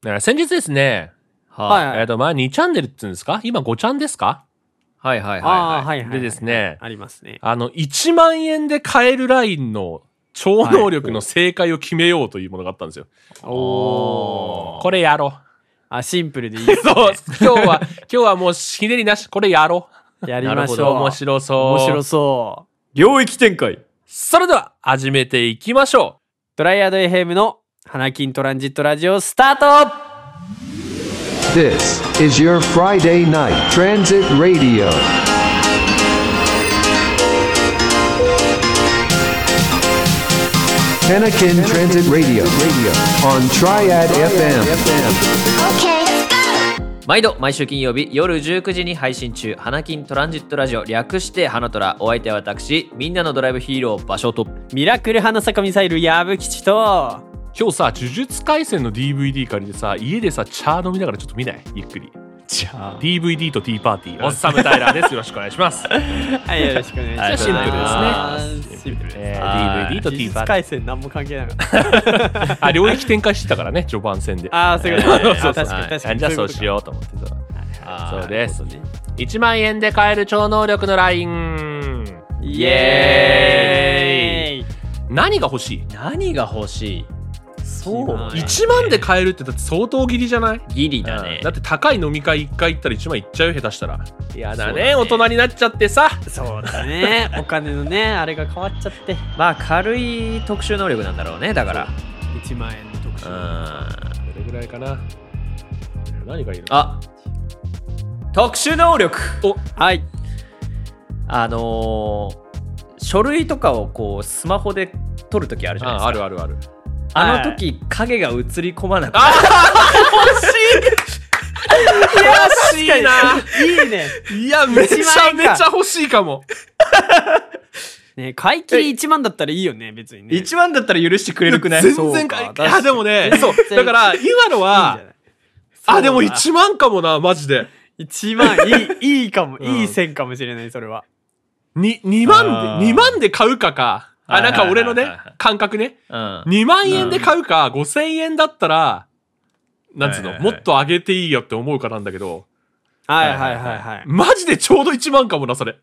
先日ですね、 はい。 前2チャンネルって言うんですか？今5チャンですか？ はいはいああ、はいはい。 でですね、 ありますね。 1万円で買えるラインの超能力の正解を決めようというものがあったんですよ。 おー。 これやろう。 シンプルでいいですね。 そう、今日はもうひねりなし、これやろう。 やりましょう。 なるほど、面白そう。 面白そう。 領域展開。 それでは、始めていきましょう。 トライアド FM の花金トランジットラジオスタート。 This is your Friday night transit radio. Hanakin Transit Radio on Triad FM. 毎週金曜日夜19時に配信中、花金トランジットラジオ、略して花トラ。お相手は私、みんなのドライブヒーロー場所とミラクル花坂ミサイル矢吹吉と、 今日さ、呪術廻戦の DVD 借りてさ、家でさ、茶飲みながらちょっと見ない？ゆっくり。 じゃあ DVD とティーパーティー。おっさむタイラーです。よろしくお願いします。 はい、よろしくお願いします。 シンプルですね。 シンプルです。 DVD とティーパーティー。 回線何も関係なかった。 領域展開してたからね、序盤戦で。 そういうことね。 そう確かに。 じゃあそうしようと思ってさ。そうです。 なるほどね。 1万円で買える超能力のライン。 イエーイ。 何が欲しい？ 何が欲しい？そう、 1万で買えるってだって相当ギリじゃない？ ギリだね。 だって高い飲み会1回行ったら1万いっちゃうよ、下手したら。いやだね、 ね、 大人になっちゃってさ。 そうだね。お金のね、あれが変わっちゃって。 まあ軽い特殊能力なんだろうね、だから。 1万円の特殊。 どれぐらいかな。何がいるの？ あ、特殊能力。 はい。 書類とかをこうスマホで撮るときあるじゃないですか。 ある。 あの時、影が映り込まなくて。 欲しいな。 いいね。 いや、めちゃめちゃ欲しいかも。 ね、買い切り1万だったらいいよね、別にね。 1万だったら許してくれるくない？ 全然買い。いや、でもね、そう。だから、今のは、でも1万かもな、マジで。 1万、いいかも。いい線かもしれない、それは。 2万で買うか。なんか俺のね、感覚ね。2万円で買うか、5000円だったら、なんつうの、もっと上げていいよって思うかなんだけど。 はい。 マジでちょうど1万かもな、それ。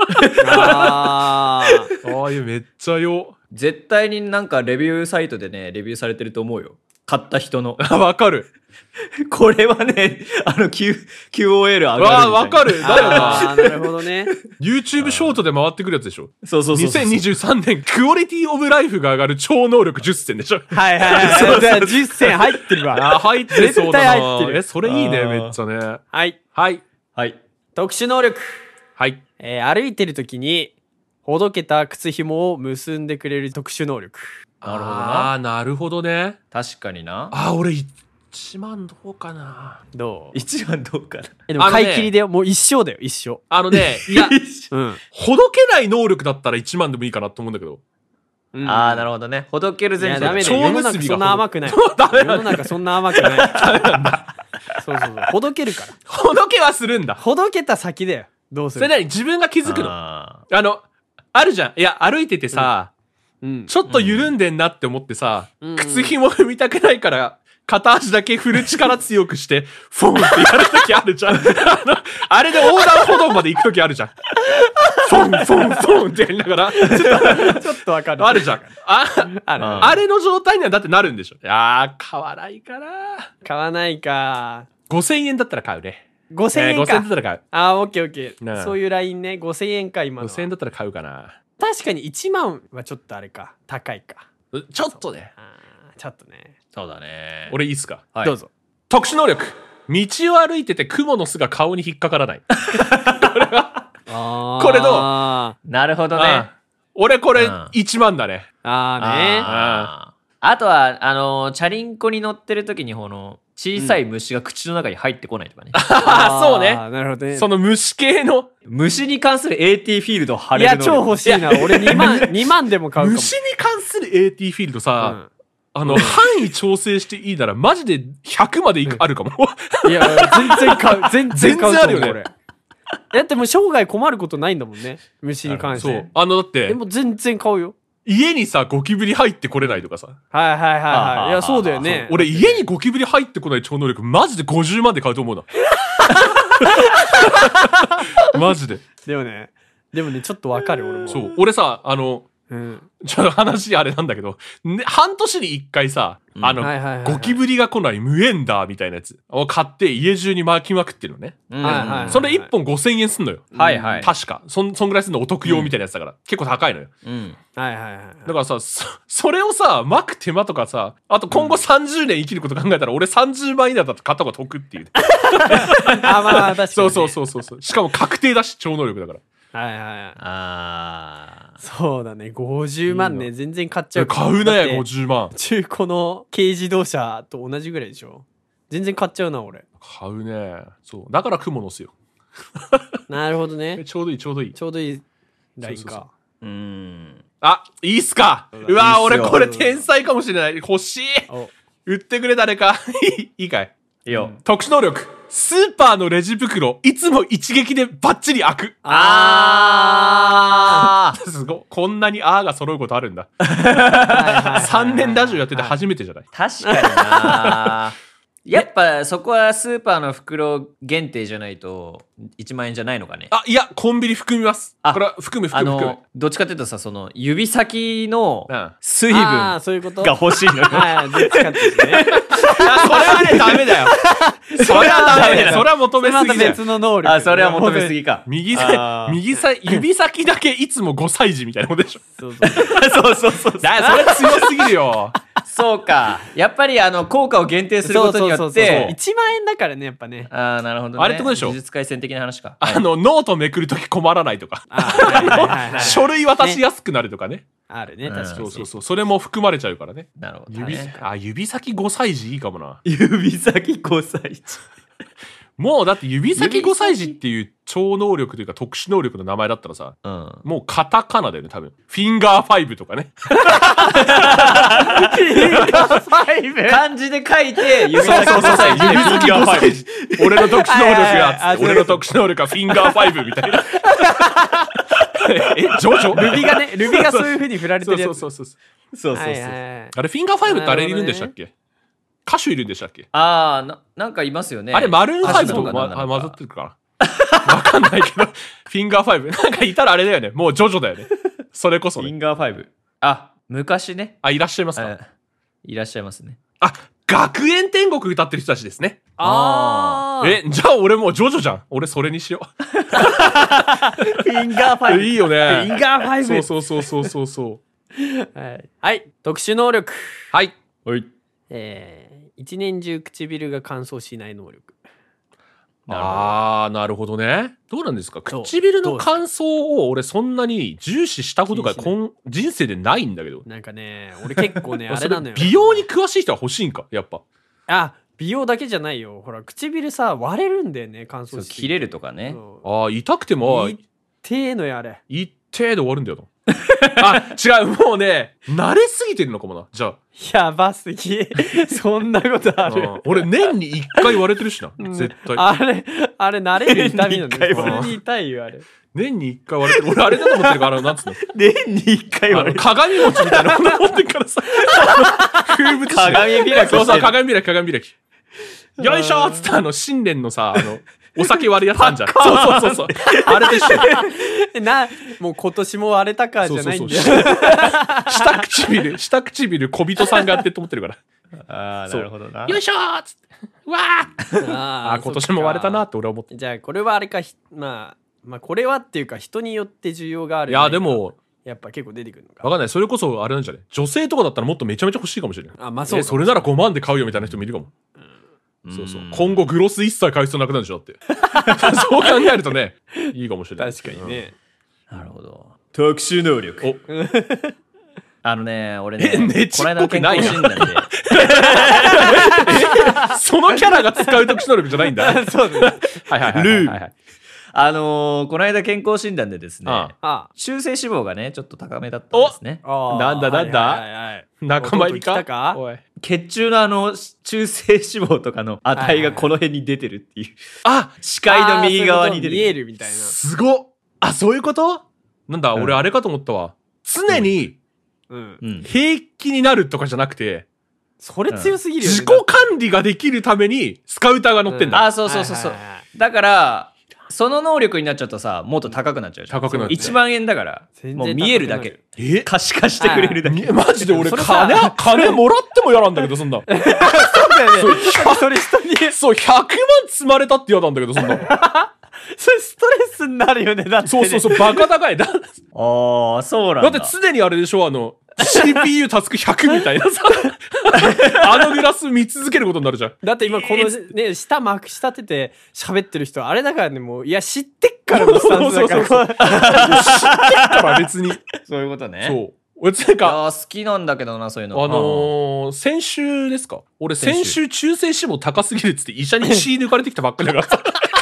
めっちゃよ。 絶対になんかレビューサイトでね、レビューされてると思うよ。買った人の。 わかる。 これはね、QOL 上がるみたいな。 わかる。だよな。 なるほどね。 YouTube ショートで回ってくるやつでしょ。 そう。 2023年、クオリティオブライフが上がる超能力10選でしょ。 はい。じゃあ10選入ってるわ。 入ってそうだな。 絶対入ってる。 それいいね、めっちゃね。 はい。 特殊能力。 はい。 歩いてる時に、ほどけた靴紐を結んでくれる特殊能力。 なるほどな。 なるほどね。 確かにな。 俺1万どうかな。 どう？ 1万どうかな。 でも買い切りでもう一生だよ、一生。 いや、 うん。 ほどけない能力だったら1万でもいいかなと思うんだけど。 なるほどね。ほどける前提。 ダメだよ。世の中そんな甘くない。世の中そんな甘くない。そう。ほどけるから。 ほどけはするんだ。 ほどけた先だよ。どうする？ それなりに自分が気づくの。あるじゃん。いや、歩いててさ、ちょっと緩んでんなって思ってさ、靴紐踏みたくないから、片足だけ振る力強くして、フォンってやるときあるじゃん。あれで横断歩道まで行くときあるじゃん。フォンってやりながら。 ちょっとわかる。 あるじゃん。あれの状態にはだってなるんでしょ。買わないかな。 買わないか。 5000円だったら買うね。 5000円か。 5000円だったら買う。 オッケー。そういうラインね。5000円か、今の。 5000円だったら買うかな。 確かに1万はちょっとあれか。高いか。 ちょっとね。 ちょっとね。 そうだね。 俺いいっすか？ どうぞ。 特殊能力。道を歩いてて蜘蛛の巣が顔に引っかからない。これどう？ なるほどね。 俺これ1万だね。 あとは、チャリンコに乗ってる時に小さい虫が口の中に入ってこないとかね。 そうね。 なるほどね。 その虫系の。 虫に関する AT フィールドを貼れるの。 いや、超欲しいな。俺2万でも買うかも。 虫に関する AT フィールドさ、範囲調整していいならマジで100まであるかも。 いや、全然買う。全然買うと思う。 全然あるよね。 だってもう生涯困ることないんだもんね。虫に関して。 そう。だって。 でも全然買うよ。 家にさ、ゴキブリ入ってこれないとかさ。 はいはいはいはい。いや、そうだよね。 俺、家にゴキブリ入ってこない超能力、マジで50万で買うと思うな。マジで。 でもね、ちょっとわかる、俺も。 そう。俺さ、 うん。 ちょっと話あれなんだけど、ね、半年に一回さ、 はいはいはいはいゴキブリが来ない無縁だみたいなやつを買って家中に巻きまくってるのね。 うんはいはいはいそれ1本5000円すんのよ。 はいはい。 確か。そんぐらいすんのお得用みたいなやつだから。結構高いのよ。 うん。 はいはいはい。 だからさ、それをさ、巻く手間とかさ、あと今後30年生きること考えたら、俺30万以内だと買った方が得っていう。 あ、まあ、確かに。 そう。しかも確定だし、超能力だから。 はいはいはい。 あそうだね、50万ね、全然買っちゃう買うね、 だって 50万。 中古の軽自動車と同じぐらいでしょ。全然買っちゃうな、俺。 買うね。そう。だからクモの巣よ。 なるほどね。 ちょうどいい。 ちょうどいいラインそうそうか。 ー。うん。 あ、いいっすか。うわいいっすよ俺これ天才かもしれない。欲しい。 お売ってくれ誰か。いいかい。 いいよ。 特殊能力。スーパーのレジ袋、いつも一撃でバッチリ開く。 あー。 すごい。こんなにあーが揃うことあるんだ。 はいはいはい 3年ラジオやってて初めてじゃない。 確かにな。やっぱそこはスーパーの袋限定じゃないと1万円じゃないのかね。 あ、いや、コンビニ含みます。 あこれは含む。 どっちかっていうとさ、その指先のうん水分ああ、 がそういうこと欲しいのよ。 はい、どっちかっていうとね。 それはね、ダメだよ。それはダメだよ。それは求めすまたぎだよ。 別の能力。 あ、それは求めすぎか。 指先だけいつも5歳児みたいなことでしょ。 そうそう。 だそれ強すぎるよ。 そうか。やっぱり効果を限定することによっそうて。 1万円だからね、やっぱね。 ああ、なるほどね。 あれってことでしょ呪術廻戦的な話か。 ノートめくるとき困らないとか。 はい書類渡しやすくなるとかね。 あるね、確かに。 そう。それも含まれちゃうからね。 なるほどね。 指先5歳児いいかもな。 指先5歳児。 もうだって指先5歳児っていう超能力というか特殊能力の名前だったらさ、 うん。 もうカタカナだよね、多分。フィンガー5とかね。 漢字で書いて、指先5歳児で指先5 フィンガー歳児。俺の特殊能力やつって。 はいはいはい俺の特殊能力はフィンガー5みたいな。ジョジョルビがそういう風に振られてるやつ。 そう。 そうそうそう。 はいはいはいあれ、フィンガー5ってあれいるんでしたっけ？歌手いるんでしたっけ？ ああ、なんかいますよね。 あれ、マルーン5と歌手の方なのか混ざってるかなわかんないけど、フィンガー5。なんかいたらあれだよね。もうジョジョだよね。それこそね。 フィンガー5。あ、昔ね。 あ、いらっしゃいますか？ いらっしゃいますね。 あ、学園天国歌ってる人たちですね。 あー。 じゃあ俺もうジョジョじゃん。俺それにしよフィンガーう。いいよね。 フィンガー5。 そう。 はい。特殊能力。 はい。 一年中唇が乾燥しない能力。 あー、なるほどね。どうなんですか？ そう唇の乾燥を俺そんなに重視したことが気に人生でないんだけど。 なんかね、俺結構ね、あれなのよ。 美容に詳しい人は欲しいんかやっぱ。 あ、美容だけじゃないよ。ほら、唇さ、割れるんだよね、乾燥して。 切れるとかね。 痛くても、 一定のやれ。 一定で終わるんだよな。あ、違う、もうね、慣れすぎてるのかもな。じゃあ。 やばすぎ。そんなことある。 俺年に1回割れてるしな。絶対。 あれ慣れる痛みなんだよ。 年に一回普通に痛いよ、あれ。 年に1回割れてる。俺あれだと思ってるから、なんつうの。 年に1回鏡餅みたいなもの持ってるからさ。風物詩。 鏡開きそう、鏡開き。よいしょーっつった新年のさ、お酒割るやつあんじゃん。そう。あれと一緒。 もう今年も割れたかじゃないんだよ。 下唇小人さんがやってって思ってるから。 ああ、なるほどな。 よいしょーっつって。わー今年も割れたなって俺は思って。 じゃあこれはあれか、まあこれはっていうか人によって需要がある。 いや、でも、 やっぱ結構出てくるのか。 わかんない。それこそあれなんじゃない？女性とかだったらもっとめちゃめちゃ欲しいかもしれない。 あ、まあそうか。 それなら5万で買うよみたいな人もいるかも。そう。今後グロス一切買う必要なくなるでしょだって。そう考えるとね、いいかもしれない。 確かにね。 なるほど。特殊能力。俺ね、 ねちっぽくないなこの間の健康診断で。 そのキャラが使う特殊能力じゃないんだ。 そうだね。 はい。 ルーこの間健康診断でですね、中性脂肪がね、ちょっと高めだったんですね。 なんだ仲間入りか？おい。 血中の中性脂肪とかの値がこの辺に出てるっていう。視界の右側に出て見えるみたいな。 すごっ。そういうこと？なんだ、俺あれかと思ったわ。常に平気になるとかじゃなくて、 それ強すぎるよね。 自己管理ができるためにスカウターが乗ってんだ。 あ、そうそうそうそう。だから、その能力になっちゃうとさ、もっと高くなっちゃうじゃん。 高くなる、ね。 1万円だから、もう見えるだけ。可視化してくれるだけ。 マジで俺金もらっても嫌なんだけど、そんな。 そうだよね。それ人に。 そう、100万積まれたって嫌なんだけど、そんな。 それストレスになるよね、だって、ね。 そう、バカ高い。 ああ、そうなんだ。 だって常にあれでしょ、CPU タスク100みたいなさ、グラス見続けることになるじゃん。 だって今このね、下まくし立てて喋ってる人、あれだからね、もう、いや、知ってっからのスタンスだから。知ってっから別に。 そういうことね。 そう。俺なんか、 好きなんだけどな、そういうの。 先週ですか？俺先週中性脂肪高すぎるっつって医者に血抜かれてきたばっかりだからさ。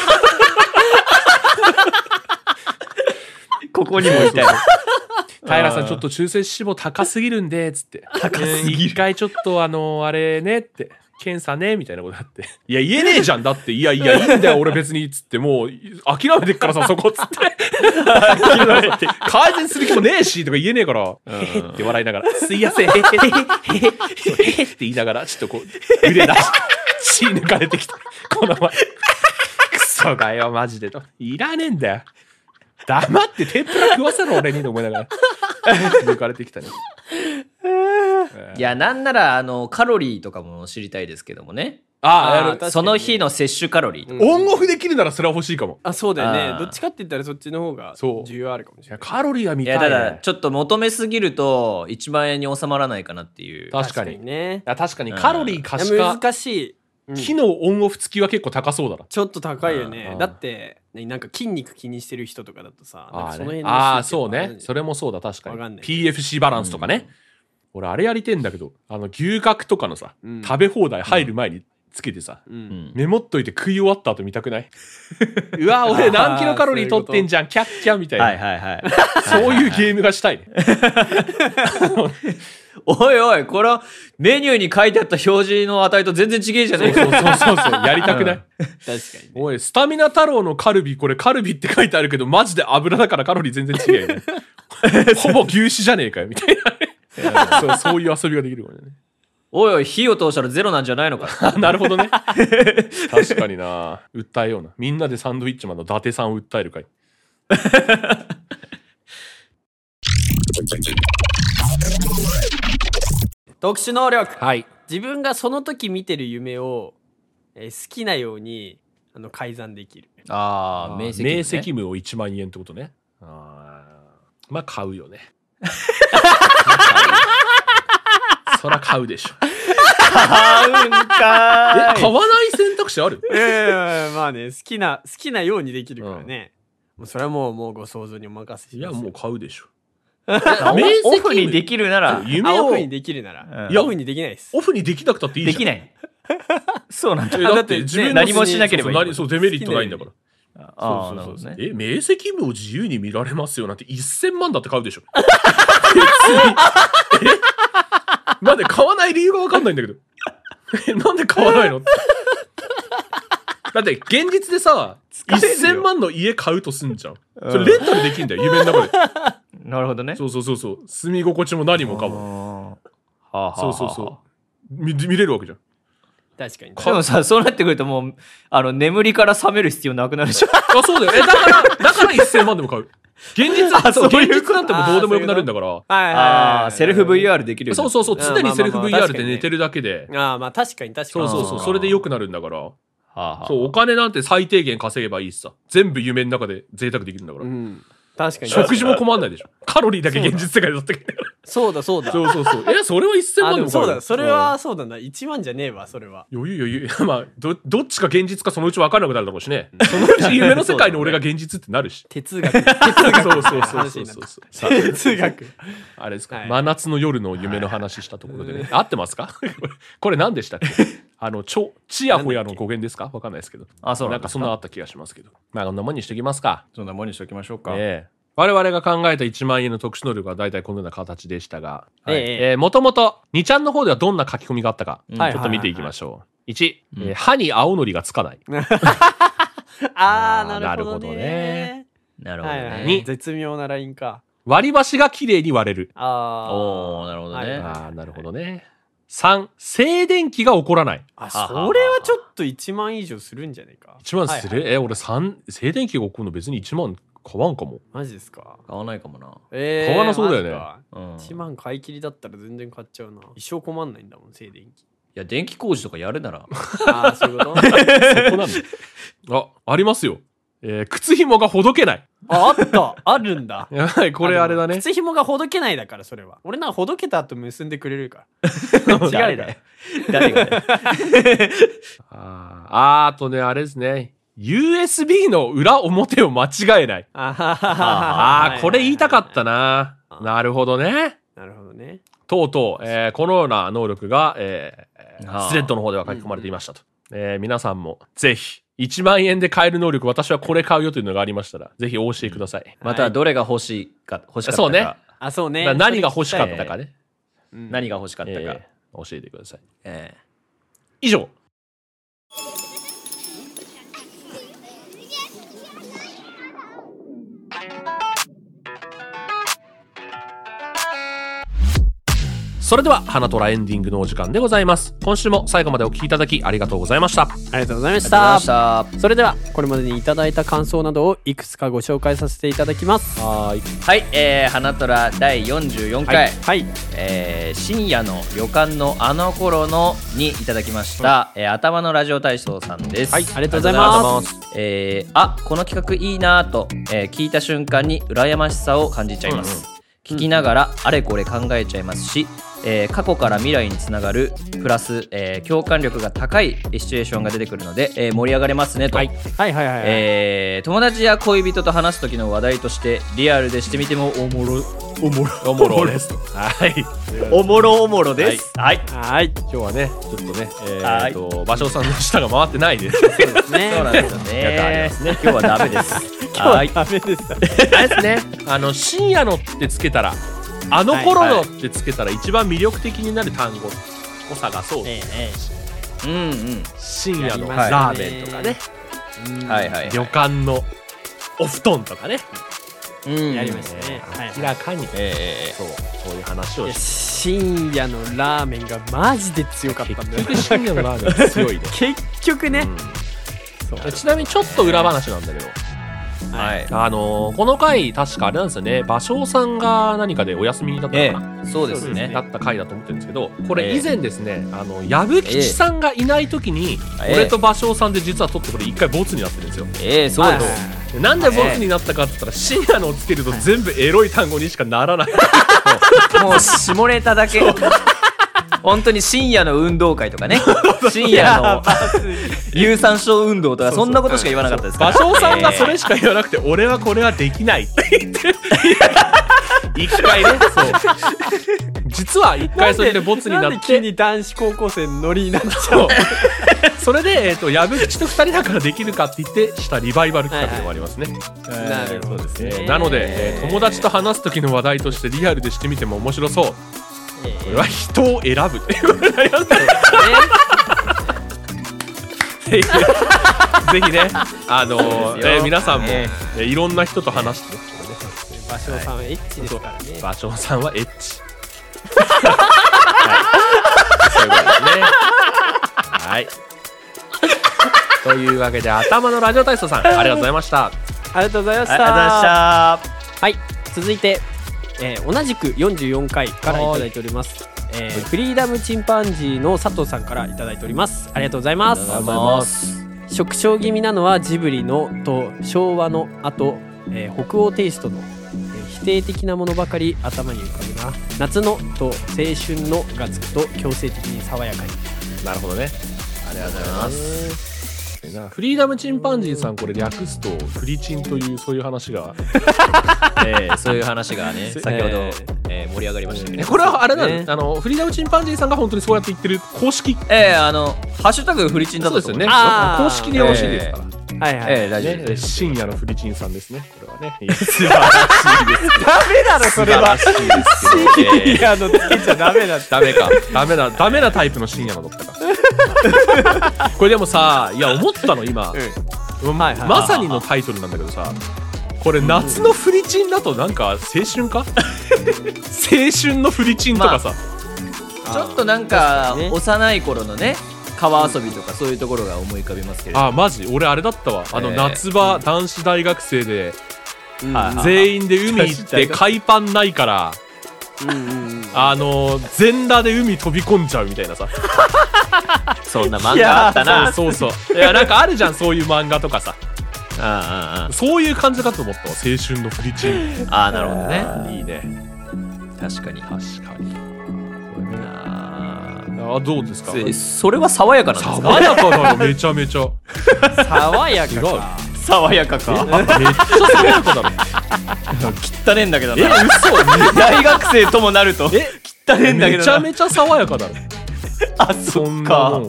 ここにもいたよ。 平さんちょっと中性脂肪高すぎるんでつって高すぎる一回ちょっとあれねって検査ねみたいなことあって、いや言えねえじゃんだって、いやいいんだよ俺別につってもう諦めてっからさそこつって諦めて改善する気もねえしとか言えねえからへへって笑いながらすいやせんへへへへへって言いながらちょっとこう腕出して血抜かれてきたこの前クソがよマジでといらねえんだよ黙って天ぷら食わせろ俺にと思いながら抜かれてきたね。 いやなんならカロリーとかも知りたいですけどもね。その日の摂取カロリーとか、 オンオフできるならそれは欲しいかも。 そうだよね。どっちかって言ったらそっちの方が重要あるかもしれない。 カロリーは見たい、ね。 いやだからちょっと求めすぎると1万円に収まらないかなっていう。 確かにね。 確かにカロリー可視化、 難しい。 機能オンオフ付きは結構高そうだな。 ちょっと高いよね。だってなんか筋肉気にしてる人とかだとさ、なんかその辺のそうね。それもそうだ確かに。PFC バランスとかね。俺あれやりてんだけど、牛角とかのさ、食べ放題入る前につけてさ、メモっといて食い終わった後見たくない？うわ俺何キロカロリー取ってんじゃんキャッキャみたいな。 はいはいはい。 そういうゲームがしたいね。 おいおい、これはメニューに書いてあった表示の値と全然違えじゃねえか。 そうやりたくない？確かに、ね。おいスタミナ太郎のカルビ、これカルビって書いてあるけどマジで油だからカロリー全然違うよね。ほぼ牛脂じゃねえかよみたいな。そういう遊びができるからね。 おいおい、火を通したらゼロなんじゃないのか。 なるほどね。確かにな。訴えような。みんなでサンドイッチマンの伊達さんを訴えるかい。 特殊能力。 はい。 自分がその時見てる夢を、好きなように改ざんできる。 明晰夢を1万円ってことね。まあ買うよね。そら買うでしょ。 買うんかーい。 買わない選択肢ある？ まあね、好きなようにできるからね。もうそれはもうご想像にお任せします。 いやもう買うでしょ。 オフにできるなら、 オフにできるなら、オフにできないです。 オフにできなくたっていいじゃん。 できない。そうなんだ。 だって自分何もしなければいい。 そうデメリットないんだから。 そうね。 明晰夢を自由に見られますよなんて1000万だって買うでしょ。なんで買わない理由が分かんないんだけど。なんで買わないの？だって現実でさ、1000万の家買うとすんじゃん。それレンタルできんだよ、夢の中で。 なるほどね。 そう。住み心地も何もかも。そう。見れるわけじゃん。 確かに。 でもさ、そうなってくるともう、眠りから覚める必要なくなるじゃん。 そうだよ。だから1000万でも買う。現実なんてもうどうでもよくなるんだから。 セルフ VR できる。 そう。常にセルフ VR で寝てるだけで。 まあ確かに。そう。 それで良くなるんだから。そう、お金なんて最低限稼げばいいしさ。全部夢の中で贅沢できるんだから。 確かに。 食事も困んないでしょ。カロリーだけ現実世界だったけど。 そうだ。 そう。それは1000万でもそうだ。それはそうだな。1万じゃねえわ、それは。 余裕。まあ、どっちか現実かそのうち分からなくなるだろうしね。そのうち夢の世界の俺が現実ってなるし。 哲学。 そう。 哲学。 あれですか。真夏の夜の夢の話したところでね。合ってますか？これ何でしたっけ？ちやほやの語源ですか？分かんないですけど。なんかそんなあった気がしますけど。まあ、こんなもんにしときますか。 そんなもんにしときましょうか。 我々が考えた1万円の特殊能力は大体このような形でしたが、もともと2ちゃんの方ではどんな書き込みがあったか、ちょっと見ていきましょう。1、歯に青のりがつかない。 なるほどね。 なるほどね。 2、絶妙なラインか。 割り箸が綺麗に割れる。 おー、なるほどね。 ああ、なるほどね。3、静電気が起こらない。 それはちょっと1万以上するんじゃないか。 1万する、 はいはい俺3、静電気が起こるの別に1万買わんかも。 マジですか。 買わないかもな。 買わなそうだよね。 1万買い切りだったら全然買っちゃうな。一生困んないんだもん、静電気。 いや、電気工事とかやるなら。 ああ、そういうことそこなんだ。ありますよ。靴紐がほどけない。 あった、あるんだ。 やばい、これあれだね。 靴紐がほどけないだから、それは。俺なんかほどけた後結んでくれるから。 誰だよ。誰がだよ。 あとね、あれですね。USB の裏表を間違えない。これ言いたかったな。なるほどね。 なるほどね。 とうとう、このような能力が、スレッドの方では書き込まれていましたと。皆さんもぜひ、1万円で買える能力、私はこれ買うよというのがありましたら、ぜひお教えください。 またどれが欲しかったか。 そうね。 そうね。 何が欲しかったかね。 何が欲しかったか。 教えてください。 以以上。それでは花虎エンディングのお時間でございます。今週も最後までお聞きいただきありがとうございました。 ありがとうございました。それではこれまでにいただいた感想などをいくつかご紹介させていただきます。 はい、花虎第44回、深夜の旅館のあの頃のにいただきました、頭のラジオ体操さんです。 ありがとうございます。 この企画いいなと、聞いた瞬間に羨ましさを感じちゃいます。聞きながらあれこれ考えちゃいますし、過去から未来につながるプラス、共感力が高いシチュエーションが出てくるので、盛り上がれますねと。友達や恋人と話す時の話題としてリアルでしてみてもおもろですと。おもろです。今日はねちょっとね芭蕉さんの舌が回ってないです。 そうなんですよね。今日はダメです。 ダメです。 あれですね。深夜のってつけたら。あの頃のってつけたら一番魅力的になる単語を探そう。深夜のラーメンとかね。旅館のお布団とかね。 やりましたね。 明らかにそういう話をして。 深夜のラーメンがマジで強かったんだよ。 深夜のラーメンが強いね。 結局ね。 ちなみにちょっと裏話なんだけど。この回確かあれなんですよね。芭蕉さんが何かでお休みだったのかな。 そうですね。 だった回だと思ってるんですけど、これ以前ですね、藪吉さんがいない時に、俺と芭蕉さんで実は撮ってこれ一回ボツになってるんですよ。 そうです。 なんでボツになったかって言ったら、深夜のをつけると全部エロい単語にしかならない。 もう下ネタだけ。本当に深夜の運動会とかね、深夜の有酸素運動とかそんなことしか言わなかったですから。 芭蕉さんがそれしか言わなくて、俺はこれはできないって言って一回ね、そう実は一回それでボツになって、 なんで急に男子高校生のノリになっちゃう。 それで藪吉と2人だからできるかって言ってしたリバイバル企画でもありますね。 なるほどですね。 なので友達と話す時の話題としてリアルでしてみても面白そう。これは人を選ぶっていうことになりますね。ぜひね、皆さんもいろんな人と話して芭蕉さんはエッチですからね。 芭蕉さんはエッチ。そういうことですね。はい。というわけで頭のラジオ体操さんありがとうございました。 ありがとうございました。はい、続いて。同じく44回からいただいております。フリーダムチンパンジーの佐藤さんからいただいております。ありがとうございます。食傷気味なのはジブリのと昭和のあと、北欧テイストの、否定的なものばかり頭に浮かぶな。夏のと青春のがつくと強制的に爽やかに。 なるほどね。ありがとうございます。フリーダムチンパンジーさん、これ略すとフリチンというそういう話がそういう話がね先ほど、盛り上がりましたけど、 これはあれなの、フリーダムチンパンジーさんが本当にそうやって言ってる公式ハッシュタグフリチンだったと思う。 そうですよね。公式でよろしいですから。 はいはい、 大丈夫です。 深夜のフリチンさんですね。これはね素晴らしいです。 ダメだろそれは。深夜のつけちゃダメだ。 ダメなタイプの深夜のだったか。これでもさ、いや思ったの今、まさにのタイトルなんだけどさ、 これ夏のフリチンだとなんか青春か青春のフリチンとかさ、 ちょっとなんか、 ね、 幼い頃のね川遊びとかそういうところが思い浮かびますけれど。 マジ俺あれだったわ、夏場男子大学生で、 うん全員で海行って海パンないから、全裸で海飛び込んじゃうみたいなさそんな漫画あったな。 そういやなんかあるじゃんそういう漫画とかさ、そういう感じかと思ったわ、青春のフリチン。 なるほどね。 いいね、 確かに。 どうですか。 それは爽やかなんですか。 爽やかだろめちゃめちゃ爽やかか。 爽やかか。 めっちゃ爽やかだろ汚ねえんだけどな。嘘。大学生ともなると汚ねえんだけどな。 めちゃめちゃ爽やかだろそんなもん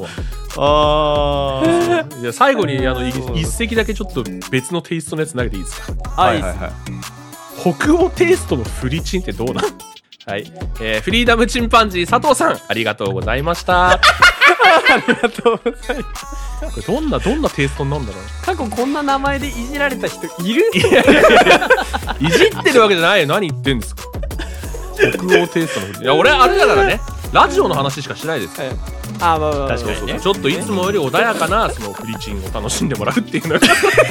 は。じゃあ最後に一席だけちょっと別のテイストのやつ投げていいですか。北欧テイストのフリチンってどうなん。はい、フリーダムチンパンジー佐藤さんありがとうございましたありがとうございます。これどんなテイストになるんだろう。 過去こんな名前でいじられた人いる。 いじってるわけじゃないよ、何言ってんですか。北欧テイストのフリチン。いや俺あれだからね、ラジオの話しかしないですよ。 確かにね。ちょっといつもより穏やかなそのフリチンを楽しんでもらうっていうのが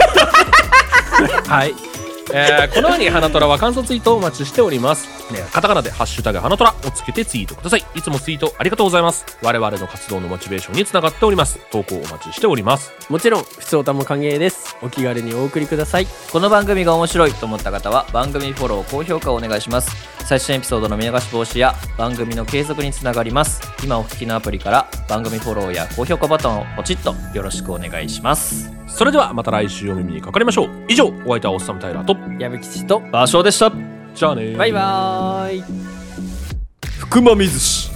はい、このように花虎は感想ツイートをお待ちしております、カタカナでハッシュタグ花虎をつけてツイートください。いつもツイートありがとうございます。我々の活動のモチベーションにつながっております。投稿お待ちしております。 もちろん普通歌も歓迎です。お気軽にお送りください。 この番組が面白いと思った方は番組フォロー高評価をお願いします。最新エピソードの見逃し防止や番組の継続につながります。今お聞きのアプリから番組フォローや高評価ボタンをポチッとよろしくお願いします。 それではまた来週お耳にかかりましょう。以上お相手はおっさむタイラーと矢吹吉と場所でした。 じゃあね。 バイバーイ。 福間水氏。